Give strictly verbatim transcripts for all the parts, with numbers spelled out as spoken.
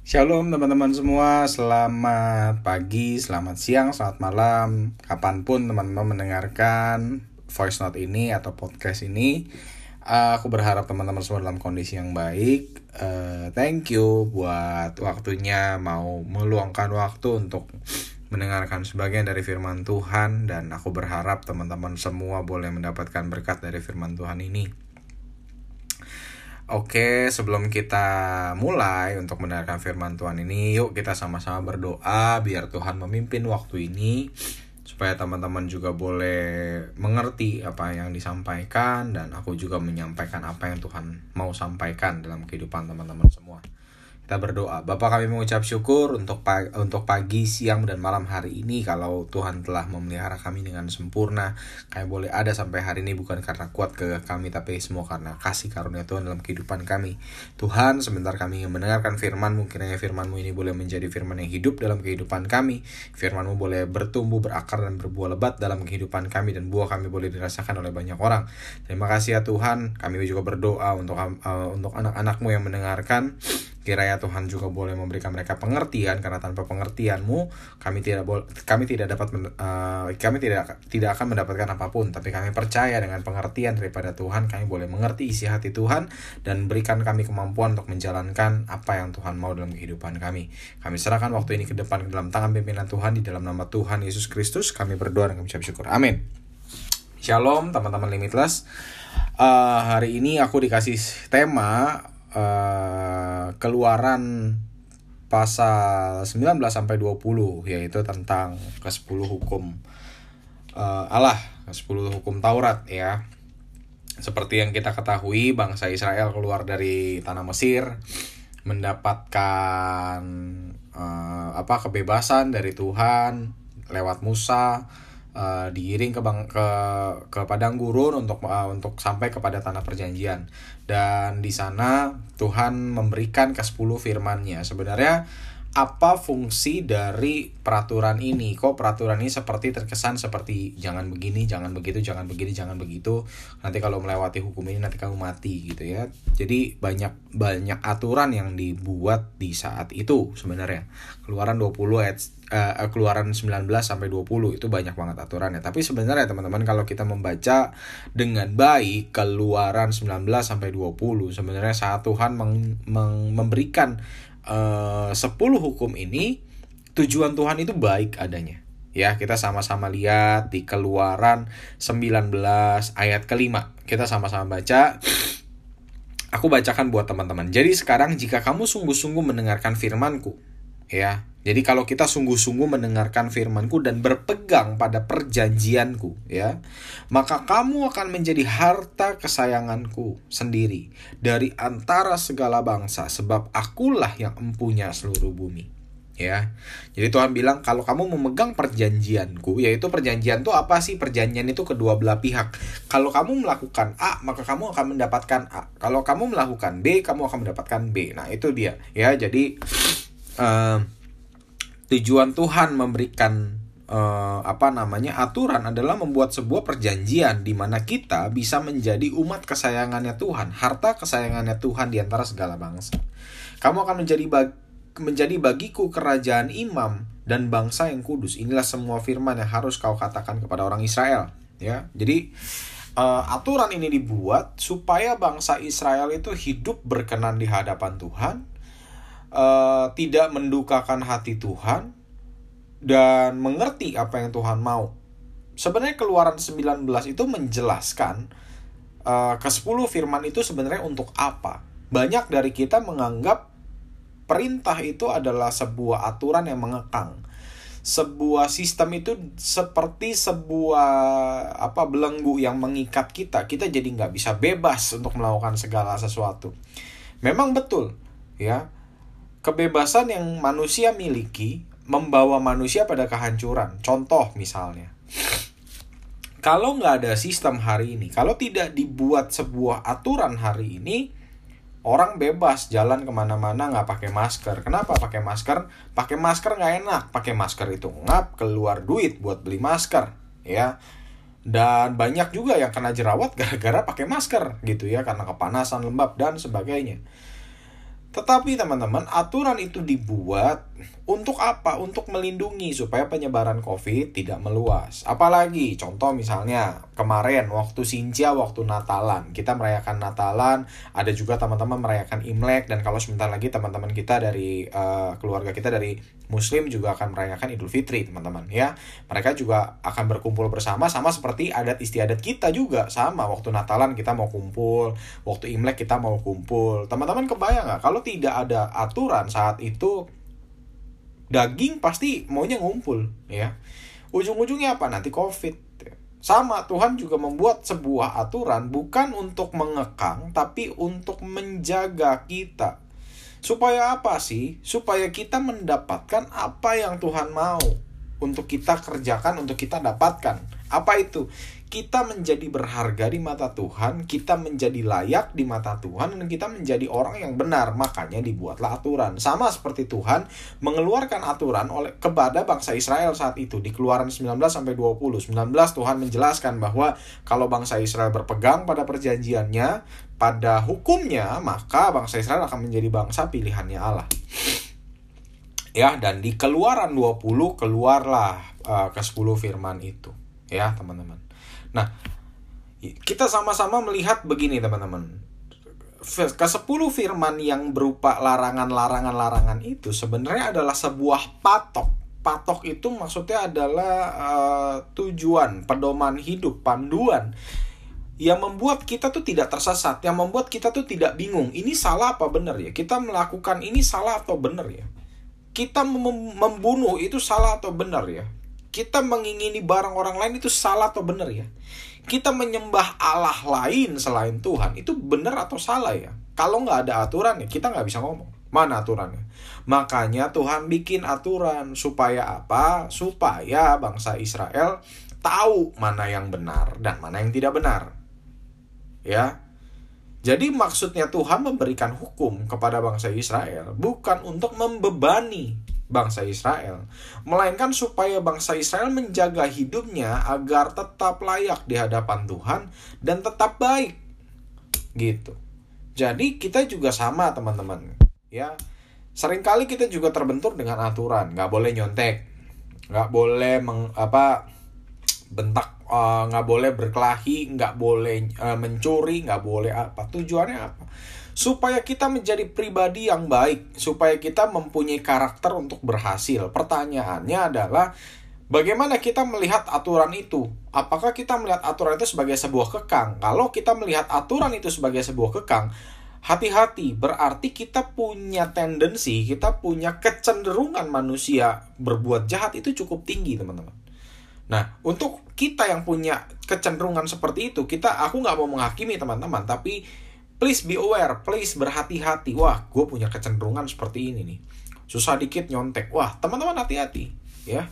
Shalom teman-teman semua, selamat pagi, selamat siang, selamat malam, kapanpun teman-teman mendengarkan voice note ini atau podcast ini. uh, Aku berharap teman-teman semua dalam kondisi yang baik. uh, Thank you buat waktunya, mau meluangkan waktu untuk mendengarkan sebagian dari firman Tuhan. Dan aku berharap teman-teman semua boleh mendapatkan berkat dari firman Tuhan ini. Oke, sebelum kita mulai untuk mendengarkan firman Tuhan ini, yuk kita sama-sama berdoa biar Tuhan memimpin waktu ini, supaya teman-teman juga boleh mengerti apa yang disampaikan, dan aku juga menyampaikan apa yang Tuhan mau sampaikan dalam kehidupan teman-teman semua. Kita berdoa. Bapa, kami mengucap syukur untuk pagi, untuk pagi, siang, dan malam hari ini. Kalau Tuhan telah memelihara kami dengan sempurna, kami boleh ada sampai hari ini bukan karena kuat ke kami, tapi semua karena kasih karunia Tuhan dalam kehidupan kami. Tuhan, sebentar kami ingin mendengarkan firman-Mu. Kiranya firman-Mu ini boleh menjadi firman yang hidup dalam kehidupan kami. Firman-Mu boleh bertumbuh, berakar, dan berbuah lebat dalam kehidupan kami, dan buah kami boleh dirasakan oleh banyak orang. Terima kasih ya Tuhan. Kami juga berdoa untuk uh, untuk anak-anak-Mu yang mendengarkan. Kiranya Tuhan juga boleh memberikan mereka pengertian, karena tanpa pengertian-Mu kami tidak boleh kami tidak dapat uh, kami tidak tidak akan mendapatkan apapun. Tapi kami percaya dengan pengertian daripada Tuhan kami boleh mengerti isi hati Tuhan, dan berikan kami kemampuan untuk menjalankan apa yang Tuhan mau dalam kehidupan kami. Kami serahkan waktu ini ke depan ke dalam tangan pimpinan Tuhan, di dalam nama Tuhan Yesus Kristus kami berdoa dan kami ucap syukur. Amin. Shalom teman-teman Limitless. Uh, hari ini aku dikasih tema Uh, Keluaran pasal sembilan belas sampai dua puluh, yaitu tentang kesepuluh hukum uh, Allah, kesepuluh hukum Taurat ya. Seperti yang kita ketahui, bangsa Israel keluar dari tanah Mesir mendapatkan uh, apa kebebasan dari Tuhan lewat Musa. Uh, diiring ke bang ke ke padang gurun untuk uh, untuk sampai kepada tanah perjanjian, dan di sana Tuhan memberikan kesepuluh firman-Nya. Sebenarnya apa fungsi dari peraturan ini? Kok peraturan ini seperti terkesan seperti jangan begini, jangan begitu, jangan begini, jangan begitu. Nanti kalau melewati hukum ini nanti kamu mati gitu ya. Jadi banyak banyak aturan yang dibuat di saat itu sebenarnya. Keluaran dua puluh ayat uh, Keluaran sembilan belas sampai dua puluh itu banyak banget aturannya. Tapi sebenarnya teman-teman, kalau kita membaca dengan baik Keluaran sembilan belas sampai dua puluh, sebenarnya saat Tuhan meng, meng, memberikan Uh, sepuluh hukum ini, tujuan Tuhan itu baik adanya. Ya, kita sama-sama lihat di Keluaran sembilan belas ayat kelima. Kita sama-sama baca. Aku bacakan buat teman-teman. Jadi sekarang jika kamu sungguh-sungguh mendengarkan firman-Ku, ya. Jadi kalau kita sungguh-sungguh mendengarkan firman-Ku dan berpegang pada perjanjian-Ku, ya, maka kamu akan menjadi harta kesayangan-Ku sendiri dari antara segala bangsa, sebab Akulah yang empunya seluruh bumi. Ya. Jadi Tuhan bilang kalau kamu memegang perjanjian-Ku, yaitu perjanjian itu apa sih? Perjanjian itu kedua belah pihak. Kalau kamu melakukan A, maka kamu akan mendapatkan A. Kalau kamu melakukan B, kamu akan mendapatkan B. Nah, itu dia. Ya, jadi uh, tujuan Tuhan memberikan uh, apa namanya aturan adalah membuat sebuah perjanjian di mana kita bisa menjadi umat kesayangannya Tuhan, harta kesayangannya Tuhan di antara segala bangsa. Kamu akan menjadi bag, menjadi bagiku kerajaan imam dan bangsa yang kudus. Inilah semua firman yang harus kau katakan kepada orang Israel. Ya, jadi uh, aturan ini dibuat supaya bangsa Israel itu hidup berkenan di hadapan Tuhan. Uh, tidak mendukakan hati Tuhan dan mengerti apa yang Tuhan mau. Sebenarnya Keluaran sembilan belas itu menjelaskan uh, kesepuluh firman itu sebenarnya untuk apa. Banyak dari kita menganggap perintah itu adalah sebuah aturan yang mengekang. Sebuah sistem itu seperti sebuah apa belenggu yang mengikat kita. Kita jadi nggak bisa bebas untuk melakukan segala sesuatu. Memang betul, ya. Kebebasan yang manusia miliki membawa manusia pada kehancuran. Contoh misalnya, kalau nggak ada sistem hari ini, kalau tidak dibuat sebuah aturan hari ini, orang bebas jalan kemana-mana nggak pakai masker. Kenapa pakai masker? Pakai masker nggak enak. Pakai masker itu ngap, keluar duit buat beli masker, ya. Dan banyak juga yang kena jerawat gara-gara pakai masker gitu ya, karena kepanasan, lembab dan sebagainya. Tetapi teman-teman, aturan itu dibuat untuk apa? Untuk melindungi supaya penyebaran COVID tidak meluas. Apalagi contoh misalnya kemarin waktu Sinja, waktu Natalan, kita merayakan Natalan, ada juga teman-teman merayakan Imlek, dan kalau sebentar lagi teman-teman kita dari uh, keluarga kita dari Muslim juga akan merayakan Idul Fitri, teman-teman ya. Mereka juga akan berkumpul bersama, sama seperti adat istiadat kita juga sama. Waktu Natalan kita mau kumpul, waktu Imlek kita mau kumpul. Teman-teman kebayang nggak kalau tidak ada aturan saat itu, daging pasti maunya ngumpul ya. Ujung-ujungnya apa? Nanti COVID. Sama, Tuhan juga membuat sebuah aturan bukan untuk mengekang, tapi untuk menjaga kita. Supaya apa sih? Supaya kita mendapatkan apa yang Tuhan mau untuk kita kerjakan, untuk kita dapatkan. Apa itu? Kita menjadi berharga di mata Tuhan, kita menjadi layak di mata Tuhan, dan kita menjadi orang yang benar. Makanya dibuatlah aturan. Sama seperti Tuhan mengeluarkan aturan oleh kepada bangsa Israel saat itu. Di Keluaran sembilan belas sampai dua puluh. sembilan belas Tuhan menjelaskan bahwa kalau bangsa Israel berpegang pada perjanjiannya, pada hukumnya, maka bangsa Israel akan menjadi bangsa pilihannya Allah. Ya, dan di Keluaran dua puluh keluarlah uh, ke sepuluh firman itu. Ya, teman-teman. Nah, kita sama-sama melihat begini, teman-teman. Ke sepuluh firman yang berupa larangan-larangan-larangan itu sebenarnya adalah sebuah patok. Patok itu maksudnya adalah uh, tujuan, pedoman hidup, panduan yang membuat kita tuh tidak tersesat, yang membuat kita tuh tidak bingung. Ini salah apa benar ya? Kita melakukan ini salah atau benar ya? Kita mem- membunuh itu salah atau benar ya? Kita mengingini barang orang lain itu salah atau benar ya? Kita menyembah Allah lain selain Tuhan itu benar atau salah ya? Kalau nggak ada aturan ya kita nggak bisa ngomong. Mana aturannya? Makanya Tuhan bikin aturan supaya apa? Supaya bangsa Israel tahu mana yang benar dan mana yang tidak benar. Ya. Jadi maksudnya Tuhan memberikan hukum kepada bangsa Israel bukan untuk membebani bangsa Israel, melainkan supaya bangsa Israel menjaga hidupnya agar tetap layak di hadapan Tuhan dan tetap baik. Gitu. Jadi kita juga sama, teman-teman. Ya. Seringkali kita juga terbentur dengan aturan, nggak boleh nyontek, nggak boleh meng, apa bentak, uh, nggak boleh berkelahi, nggak boleh uh, mencuri, nggak boleh apa. Tujuannya apa? Supaya kita menjadi pribadi yang baik, supaya kita mempunyai karakter untuk berhasil. Pertanyaannya adalah bagaimana kita melihat aturan itu? Apakah kita melihat aturan itu sebagai sebuah kekang? Kalau kita melihat aturan itu sebagai sebuah kekang, hati-hati, berarti kita punya tendensi, kita punya kecenderungan manusia berbuat jahat itu cukup tinggi, teman-teman. Nah, untuk kita yang punya kecenderungan seperti itu, kita aku nggak mau menghakimi teman-teman, tapi please be aware, please berhati-hati. Wah, gue punya kecenderungan seperti ini nih. Susah dikit nyontek. Wah, teman-teman hati-hati, ya.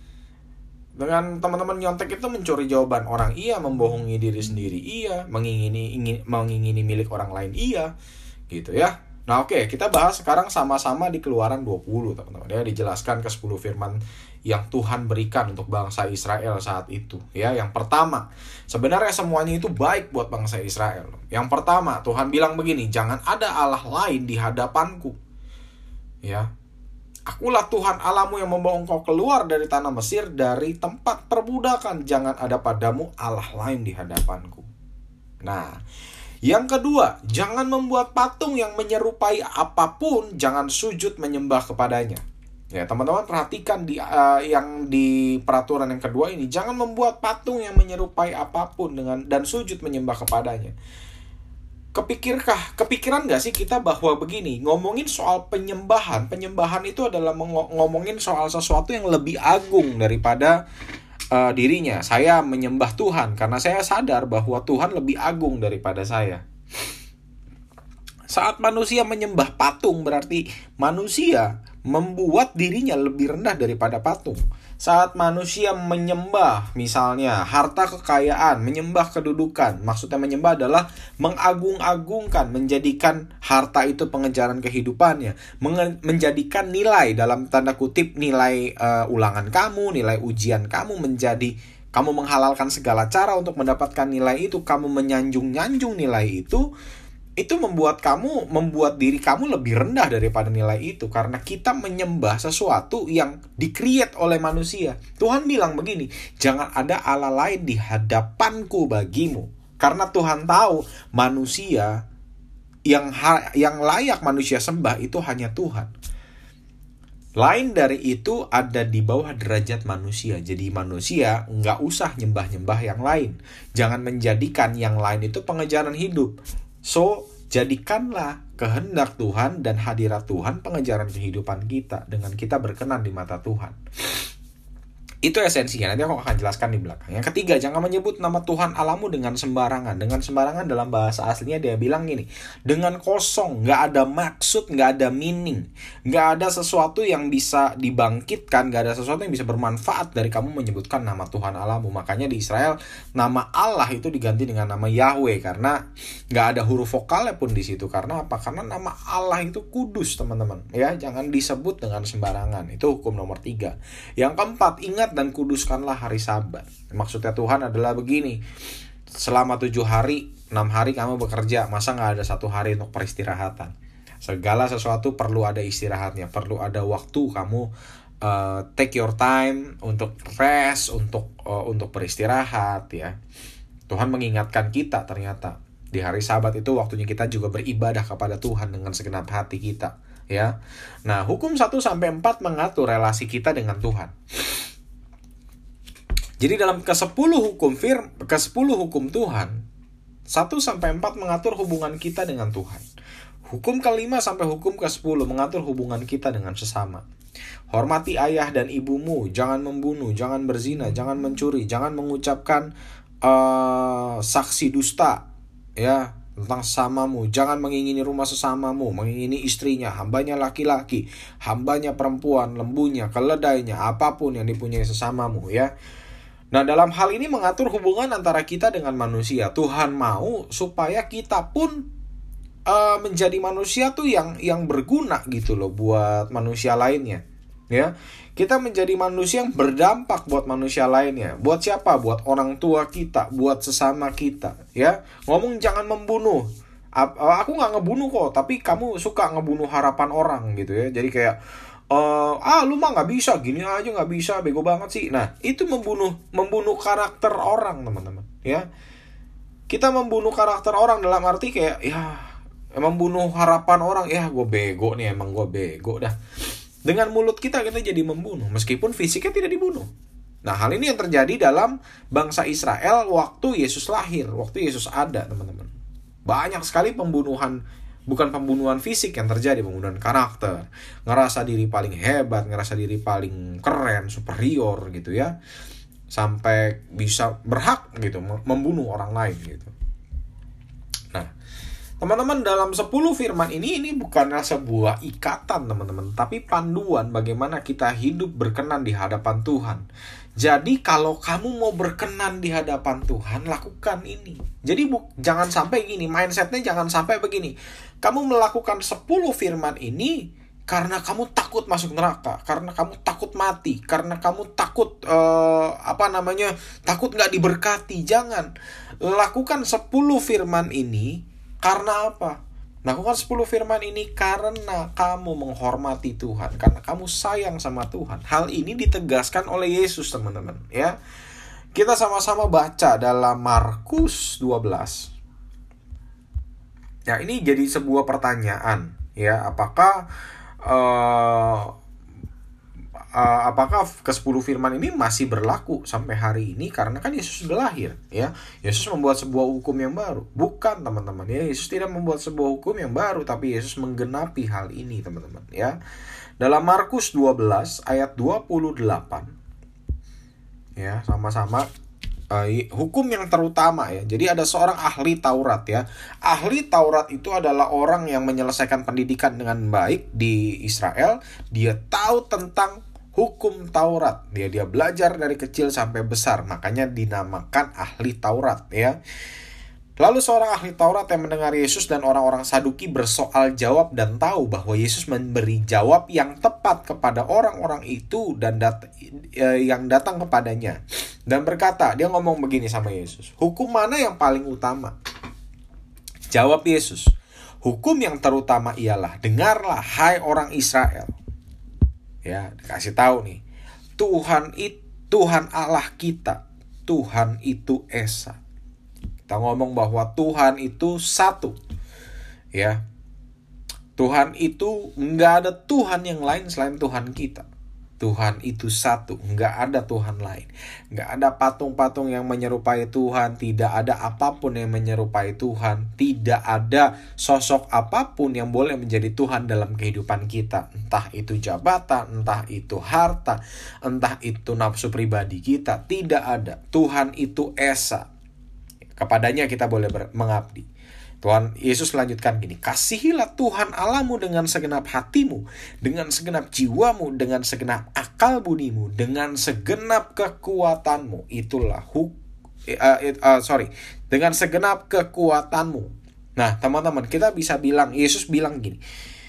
Dengan teman-teman nyontek itu mencuri jawaban orang, iya. Membohongi diri sendiri, iya. Mengingini ingin, mengingini milik orang lain, iya. Gitu ya. Nah, oke, okay, kita bahas sekarang sama-sama di Keluaran dua puluh, teman-teman. Ya, dijelaskan ke sepuluh firman yang Tuhan berikan untuk bangsa Israel saat itu. Ya, yang pertama, sebenarnya semuanya itu baik buat bangsa Israel. Yang pertama, Tuhan bilang begini, jangan ada Allah lain di hadapanku. Ya. Akulah Tuhan Allahmu yang membawa engkau keluar dari tanah Mesir, dari tempat perbudakan. Jangan ada padamu Allah lain di hadapanku. Nah, yang kedua, jangan membuat patung yang menyerupai apapun, jangan sujud menyembah kepadanya. Ya, teman-teman perhatikan di uh, yang di peraturan yang kedua ini, jangan membuat patung yang menyerupai apapun dengan dan sujud menyembah kepadanya. Kepikirkah, kepikiran gak sih kita bahwa begini, ngomongin soal penyembahan, penyembahan itu adalah ngomongin soal sesuatu yang lebih agung daripada uh, dirinya. Saya menyembah Tuhan karena saya sadar bahwa Tuhan lebih agung daripada saya. Saat manusia menyembah patung, berarti manusia membuat dirinya lebih rendah daripada patung. Saat manusia menyembah, misalnya harta kekayaan, menyembah kedudukan, maksudnya menyembah adalah mengagung-agungkan, menjadikan harta itu pengejaran kehidupannya, menge- menjadikan nilai, dalam tanda kutip, nilai uh, ulangan kamu, nilai ujian kamu, menjadi kamu menghalalkan segala cara untuk mendapatkan nilai itu, kamu menyanjung-nyanjung nilai itu. itu membuat kamu, membuat diri kamu lebih rendah daripada nilai itu. Karena kita menyembah sesuatu yang di-create oleh manusia. Tuhan bilang begini, jangan ada Allah lain di hadapanku bagimu. Karena Tuhan tahu manusia yang ha- yang layak manusia sembah itu hanya Tuhan. Lain dari itu ada di bawah derajat manusia. Jadi manusia nggak usah nyembah-nyembah yang lain. Jangan menjadikan yang lain itu pengejaran hidup. So, jadikanlah kehendak Tuhan dan hadirat Tuhan pengejaran kehidupan kita dengan kita berkenan di mata Tuhan. Itu esensinya, nanti aku akan jelaskan di belakang. Yang ketiga, jangan menyebut nama Tuhan Allahmu dengan sembarangan. Dengan sembarangan dalam bahasa aslinya dia bilang gini, dengan kosong, gak ada maksud, gak ada meaning, gak ada sesuatu yang bisa dibangkitkan, gak ada sesuatu yang bisa bermanfaat dari kamu menyebutkan nama Tuhan Allahmu. Makanya di Israel, nama Allah itu diganti dengan nama Yahweh, karena gak ada huruf vokalnya pun di situ. Karena apa? Karena nama Allah itu kudus, teman-teman. Ya, jangan disebut dengan sembarangan. Itu hukum nomor tiga. Yang keempat, ingat dan kuduskanlah hari Sabat. Maksudnya Tuhan adalah begini, selama tujuh hari, enam hari kamu bekerja, masa gak ada satu hari untuk peristirahatan? Segala sesuatu perlu ada istirahatnya, perlu ada waktu kamu uh, take your time untuk rest, untuk uh, untuk beristirahat ya. Tuhan mengingatkan kita ternyata di hari Sabat itu waktunya kita juga beribadah kepada Tuhan dengan segenap hati kita ya. Nah, hukum satu sampai empat mengatur relasi kita dengan Tuhan. Jadi dalam kesepuluh hukum fir, kesepuluh hukum Tuhan, satu sampai empat mengatur hubungan kita dengan Tuhan. Hukum kelima sampai hukum kesepuluh mengatur hubungan kita dengan sesama. Hormati ayah dan ibumu, jangan membunuh, jangan berzina, jangan mencuri, jangan mengucapkan uh, saksi dusta, ya, tentang sesamamu, jangan mengingini rumah sesamamu, mengingini istrinya, hambanya laki-laki, hambanya perempuan, lembunya, keledainya, apapun yang dipunyai sesamamu, ya. Nah, dalam hal ini mengatur hubungan antara kita dengan manusia. Tuhan mau supaya kita pun uh, menjadi manusia tuh yang yang berguna gitu loh buat manusia lainnya. Ya, kita menjadi manusia yang berdampak buat manusia lainnya. Buat siapa? Buat orang tua kita, buat sesama kita. Ya, ngomong jangan membunuh. Aku nggak ngebunuh kok, tapi kamu suka ngebunuh harapan orang gitu ya. Jadi kayak Uh, ah lu mah nggak bisa, gini aja nggak bisa, bego banget sih. Nah, itu membunuh membunuh karakter orang, teman-teman ya. Kita membunuh karakter orang dalam arti kayak ya membunuh harapan orang. Ya gue bego nih, emang gue bego dah. Dengan mulut kita kita jadi membunuh meskipun fisiknya tidak dibunuh. Nah, hal ini yang terjadi dalam bangsa Israel waktu Yesus lahir, waktu Yesus ada, teman-teman. Banyak sekali pembunuhan. Bukan pembunuhan fisik yang terjadi, pembunuhan karakter. Ngerasa diri paling hebat, ngerasa diri paling keren, superior gitu ya. Sampai bisa berhak gitu membunuh orang lain gitu. Nah, teman-teman, dalam sepuluh firman ini, ini bukanlah sebuah ikatan, teman-teman. Tapi panduan bagaimana kita hidup berkenan di hadapan Tuhan. Jadi kalau kamu mau berkenan di hadapan Tuhan, lakukan ini. Jadi bu, jangan sampai gini, mindsetnya jangan sampai begini. Kamu melakukan sepuluh firman ini karena kamu takut masuk neraka, karena kamu takut mati, karena kamu takut uh, apa namanya, takut nggak diberkati. Jangan. Lakukan sepuluh firman ini karena apa? Lakukan sepuluh firman ini karena kamu menghormati Tuhan, karena kamu sayang sama Tuhan. Hal ini ditegaskan oleh Yesus, teman-teman, ya. Kita sama-sama baca dalam Markus dua belas. Ya, ini jadi sebuah pertanyaan, ya. Apakah uh, uh, apakah kesepuluh firman ini masih berlaku sampai hari ini? Karena kan Yesus sudah lahir, ya. Yesus membuat sebuah hukum yang baru. Bukan, teman-teman, ya. Yesus tidak membuat sebuah hukum yang baru, tapi Yesus menggenapi hal ini, teman-teman, ya. Dalam Markus dua belas ayat dua puluh delapan. Ya, sama-sama uh, hukum yang terutama ya. Jadi ada seorang ahli Taurat ya. Ahli Taurat itu adalah orang yang menyelesaikan pendidikan dengan baik di Israel. Dia tahu tentang hukum Taurat. Dia dia belajar dari kecil sampai besar. Makanya dinamakan ahli Taurat ya. Lalu seorang ahli Taurat yang mendengar Yesus dan orang-orang Saduki bersoal jawab dan tahu bahwa Yesus memberi jawab yang tepat kepada orang-orang itu dan dat- eh, yang datang kepadanya. Dan berkata, dia ngomong begini sama Yesus, hukum mana yang paling utama? Jawab Yesus, Hukum yang terutama ialah, dengarlah hai orang Israel. Ya, dikasih tahu nih. Tuhan itu Tuhan Allah kita, Tuhan itu Esa. Kita ngomong bahwa Tuhan itu satu. Ya. Tuhan itu enggak ada Tuhan yang lain selain Tuhan kita. Tuhan itu satu, enggak ada Tuhan lain. Enggak ada patung-patung yang menyerupai Tuhan, tidak ada apapun yang menyerupai Tuhan, tidak ada sosok apapun yang boleh menjadi Tuhan dalam kehidupan kita. Entah itu jabatan, entah itu harta, entah itu nafsu pribadi kita, tidak ada. Tuhan itu Esa. Kepadanya kita boleh mengabdi. Tuhan Yesus melanjutkan gini, kasihilah Tuhan Allahmu dengan segenap hatimu, dengan segenap jiwamu, dengan segenap akal budimu, dengan segenap kekuatanmu. Itulah huk, uh, uh, sorry, dengan segenap kekuatanmu. Nah, teman-teman, kita bisa bilang, Yesus bilang gini,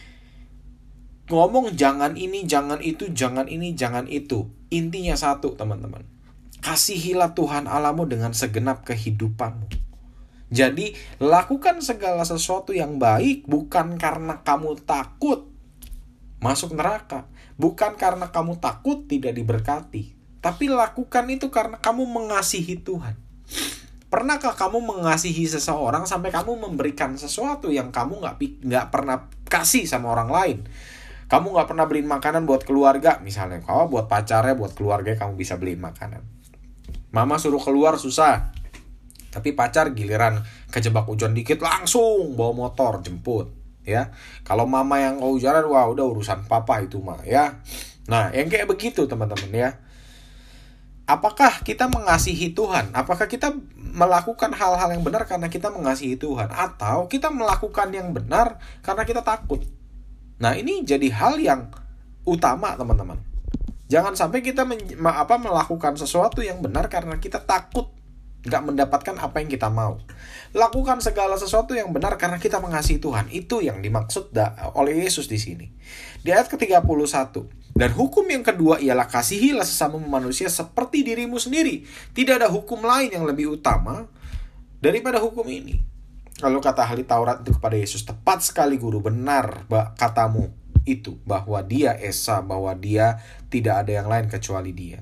ngomong jangan ini, jangan itu, jangan ini, jangan itu. Intinya satu, teman-teman. Kasihilah Tuhan Allahmu dengan segenap kehidupanmu. Jadi, lakukan segala sesuatu yang baik bukan karena kamu takut masuk neraka. Bukan karena kamu takut tidak diberkati. Tapi lakukan itu karena kamu mengasihi Tuhan. Pernahkah kamu mengasihi seseorang sampai kamu memberikan sesuatu yang kamu gak, gak pernah kasih sama orang lain? Kamu gak pernah beliin makanan buat keluarga. Misalnya, kalau buat pacarnya, buat keluarga kamu bisa beliin makanan. Mama suruh keluar susah. Tapi pacar giliran kejebak hujan dikit langsung bawa motor jemput, ya. Kalau mama yang kehujanan, wah udah urusan papa itu mah, ya. Nah, yang kayak begitu teman-teman ya. Apakah kita mengasihi Tuhan? Apakah kita melakukan hal-hal yang benar karena kita mengasihi Tuhan? Atau kita melakukan yang benar karena kita takut? Nah, ini jadi hal yang utama teman-teman. Jangan sampai kita men- apa, melakukan sesuatu yang benar karena kita takut gak mendapatkan apa yang kita mau. Lakukan segala sesuatu yang benar karena kita mengasihi Tuhan. Itu yang dimaksud da- oleh Yesus di sini. Di ayat ke tiga puluh satu. Dan hukum yang kedua ialah kasihilah sesama manusia seperti dirimu sendiri. Tidak ada hukum lain yang lebih utama daripada hukum ini. Lalu kata ahli Taurat itu kepada Yesus, tepat sekali guru, benar katamu itu, bahwa dia Esa, bahwa dia tidak ada yang lain kecuali dia.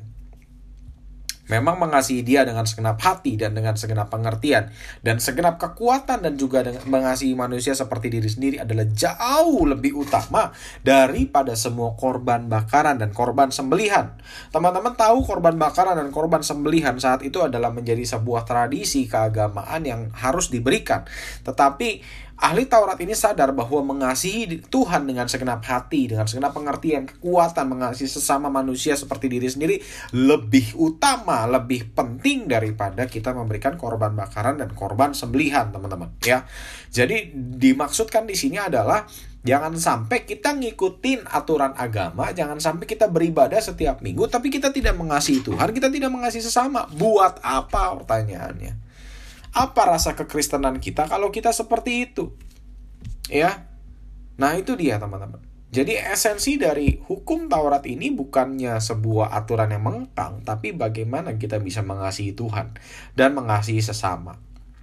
Memang mengasihi dia dengan segenap hati dan dengan segenap pengertian dan segenap kekuatan dan juga dengan mengasihi manusia seperti diri sendiri adalah jauh lebih utama daripada semua korban bakaran dan korban sembelihan. Teman-teman tahu korban bakaran dan korban sembelihan saat itu adalah menjadi sebuah tradisi keagamaan yang harus diberikan. Tetapi ahli Taurat ini sadar bahwa mengasihi Tuhan dengan segenap hati, dengan segenap pengertian, kekuatan, mengasihi sesama manusia seperti diri sendiri lebih utama, lebih penting daripada kita memberikan korban bakaran dan korban sembelihan, teman-teman. Ya, jadi dimaksudkan di sini adalah jangan sampai kita ngikutin aturan agama, jangan sampai kita beribadah setiap minggu, tapi kita tidak mengasihi Tuhan, kita tidak mengasihi sesama. Buat apa, pertanyaannya? Apa rasa kekristenan kita kalau kita seperti itu? Ya. Nah, itu dia teman-teman. Jadi esensi dari hukum Taurat ini bukannya sebuah aturan yang mengekang, tapi bagaimana kita bisa mengasihi Tuhan dan mengasihi sesama.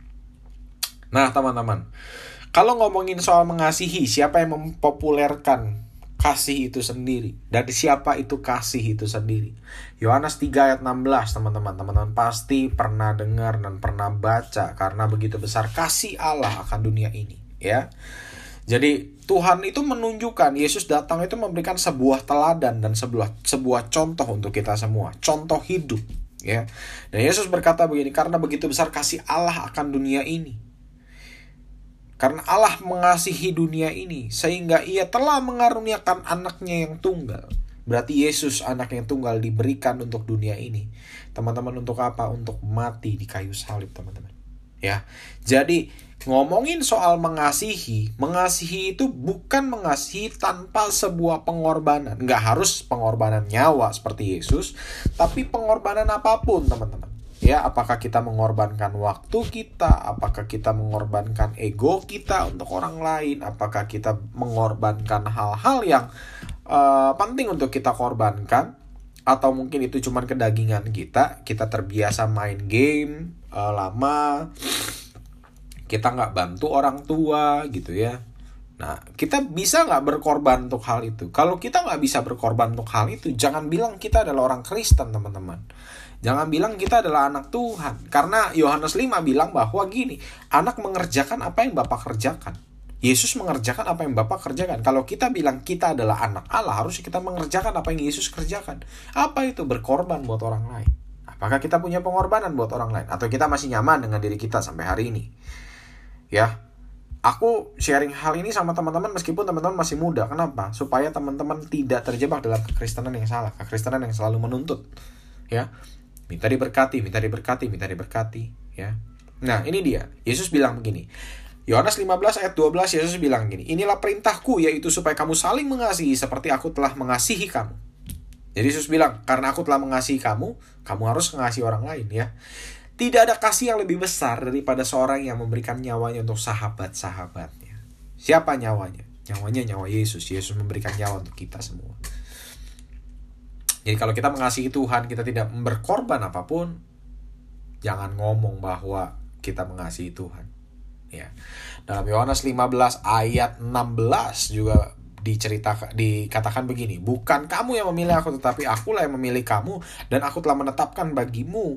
Nah, teman-teman, kalau ngomongin soal mengasihi, siapa yang mempopulerkan kasih itu sendiri? Dari siapa itu kasih itu sendiri? Yohanes tiga ayat enam belas, teman-teman. Teman-teman pasti pernah dengar dan pernah baca, karena begitu besar kasih Allah akan dunia ini, ya. Jadi Tuhan itu menunjukkan, Yesus datang itu memberikan sebuah teladan dan sebuah sebuah contoh untuk kita semua, contoh hidup, ya. Dan Yesus berkata begini, karena begitu besar kasih Allah akan dunia ini. Karena Allah mengasihi dunia ini sehingga ia telah mengaruniakan anaknya yang tunggal. Berarti Yesus anak yang tunggal diberikan untuk dunia ini. Teman-teman, untuk apa? Untuk mati di kayu salib, teman-teman. Ya. Jadi ngomongin soal mengasihi, mengasihi itu bukan mengasihi tanpa sebuah pengorbanan. Nggak harus pengorbanan nyawa seperti Yesus, tapi pengorbanan apapun, teman-teman. Ya, apakah kita mengorbankan waktu kita, apakah kita mengorbankan ego kita untuk orang lain, apakah kita mengorbankan hal-hal yang uh, penting untuk kita korbankan, atau mungkin itu cuma kedagingan kita, kita terbiasa main game uh, lama, kita nggak bantu orang tua gitu ya, Nah, kita bisa nggak berkorban untuk hal itu? Kalau kita nggak bisa berkorban untuk hal itu, jangan bilang kita adalah orang Kristen, teman-teman. Jangan bilang kita adalah anak Tuhan. Karena Yohanes lima bilang bahwa gini, anak mengerjakan apa yang Bapa kerjakan. Yesus mengerjakan apa yang Bapa kerjakan. Kalau kita bilang kita adalah anak Allah, harus kita mengerjakan apa yang Yesus kerjakan. Apa itu? Berkorban buat orang lain. Apakah kita punya pengorbanan buat orang lain? Atau kita masih nyaman dengan diri kita sampai hari ini? Ya, aku sharing hal ini sama teman-teman meskipun teman-teman masih muda. Kenapa? Supaya teman-teman tidak terjebak dalam kekristenan yang salah, kekristenan yang selalu menuntut. Ya, minta diberkati, minta diberkati, minta diberkati. Ya. Nah, ini dia. Yesus bilang begini. Yohanes lima belas ayat dua belas, Yesus bilang gini, inilah perintahku, yaitu supaya kamu saling mengasihi seperti aku telah mengasihi kamu. Jadi Yesus bilang, karena aku telah mengasihi kamu, kamu harus mengasihi orang lain, ya. Tidak ada kasih yang lebih besar daripada seorang yang memberikan nyawanya untuk sahabat-sahabatnya. Siapa nyawanya? Nyawanya nyawa Yesus. Yesus memberikan nyawa untuk kita semua. Jadi kalau kita mengasihi Tuhan, kita tidak berkorban apapun, jangan ngomong bahwa kita mengasihi Tuhan. Ya. Dalam Yohanes lima belas ayat enam belas juga diceritakan, dikatakan begini, bukan kamu yang memilih aku, tetapi akulah yang memilih kamu, dan aku telah menetapkan bagimu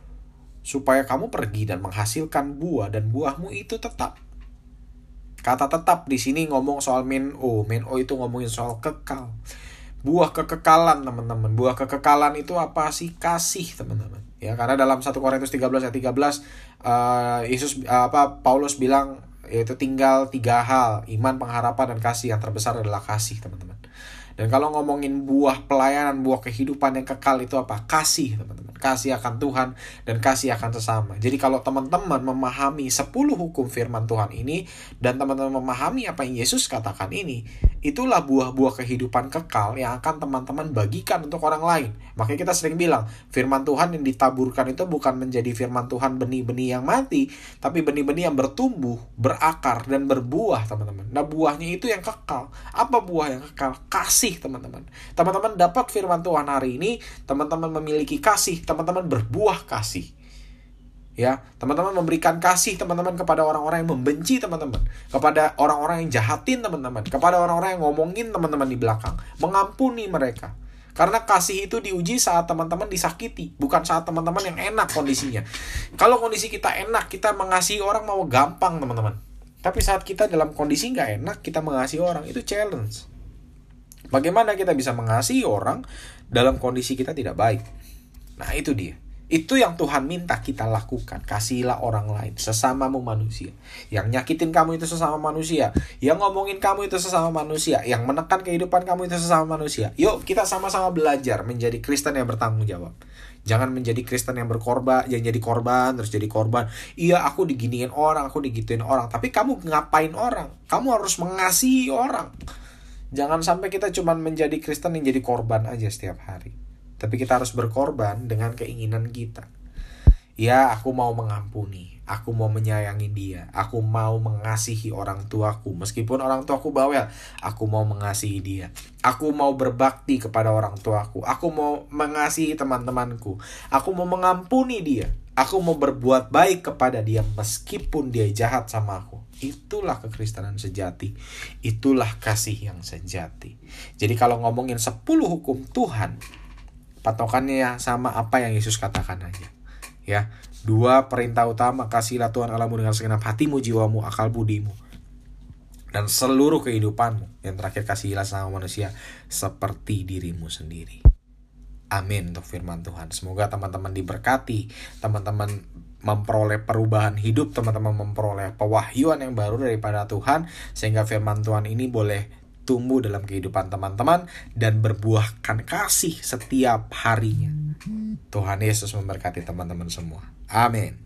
supaya kamu pergi dan menghasilkan buah, dan buahmu itu tetap. Kata tetap di sini ngomong soal meno. Meno itu ngomongin soal kekal. Buah kekekalan, teman-teman. Buah kekekalan itu apa sih? Kasih, teman-teman. Ya, karena dalam satu Korintus tiga belas ayat tiga belas uh, Yesus uh, apa Paulus bilang yaitu tinggal tiga hal, iman, pengharapan, dan kasih. Yang terbesar adalah kasih, teman-teman. Dan kalau ngomongin buah pelayanan, buah kehidupan yang kekal itu apa? Kasih, teman-teman. Kasih akan Tuhan dan kasih akan sesama. Jadi kalau teman-teman memahami sepuluh hukum firman Tuhan ini, dan teman-teman memahami apa yang Yesus katakan ini, itulah buah-buah kehidupan kekal yang akan teman-teman bagikan untuk orang lain. Makanya kita sering bilang, firman Tuhan yang ditaburkan itu bukan menjadi firman Tuhan benih-benih yang mati, tapi benih-benih yang bertumbuh, berakar, dan berbuah, teman-teman. Nah, buahnya itu yang kekal. Apa buah yang kekal? Kasih, teman-teman. Teman-teman dapat firman Tuhan hari ini, teman-teman memiliki kasih, teman-teman berbuah kasih. Ya, teman-teman memberikan kasih, teman-teman, kepada orang-orang yang membenci, teman-teman, kepada orang-orang yang jahatin, teman-teman, kepada orang-orang yang ngomongin teman-teman di belakang, mengampuni mereka. Karena kasih itu diuji saat teman-teman disakiti, bukan saat teman-teman yang enak kondisinya. Kalau kondisi kita enak, kita mengasihi orang mau gampang, teman-teman. Tapi saat kita dalam kondisi nggak enak, kita mengasihi orang, itu challenge. Bagaimana kita bisa mengasihi orang dalam kondisi kita tidak baik? Nah, itu dia. Itu yang Tuhan minta kita lakukan. Kasihilah orang lain, sesamamu manusia. Yang nyakitin kamu itu sesama manusia. Yang ngomongin kamu itu sesama manusia. Yang menekan kehidupan kamu itu sesama manusia. Yuk, kita sama-sama belajar menjadi Kristen yang bertanggung jawab. Jangan menjadi Kristen yang berkorban, yang jadi korban, terus jadi korban. Iya, aku diginiin orang, aku digituin orang. Tapi kamu ngapain orang? Kamu harus mengasihi orang. Jangan sampai kita cuma menjadi Kristen yang jadi korban aja setiap hari. Tapi kita harus berkorban dengan keinginan kita. Ya, aku mau mengampuni. Aku mau menyayangi dia. Aku mau mengasihi orang tuaku. Meskipun orang tuaku bawel, aku mau mengasihi dia. Aku mau berbakti kepada orang tuaku. Aku mau mengasihi teman-temanku. Aku mau mengampuni dia. Aku mau berbuat baik kepada dia meskipun dia jahat sama aku. Itulah kekristenan sejati. Itulah kasih yang sejati. Jadi kalau ngomongin sepuluh hukum Tuhan, patokannya sama apa yang Yesus katakan aja. Ya, dua perintah utama, kasihlah Tuhan Allahmu dengan segenap hatimu, jiwamu, akal budimu, dan seluruh kehidupanmu. Yang terakhir, kasihilah sama manusia seperti dirimu sendiri. Amin untuk firman Tuhan. Semoga teman-teman diberkati, teman-teman memperoleh perubahan hidup, teman-teman memperoleh pewahyuan yang baru daripada Tuhan, sehingga firman Tuhan ini boleh tumbuh dalam kehidupan teman-teman dan berbuahkan kasih setiap harinya. Tuhan Yesus memberkati teman-teman semua. Amin.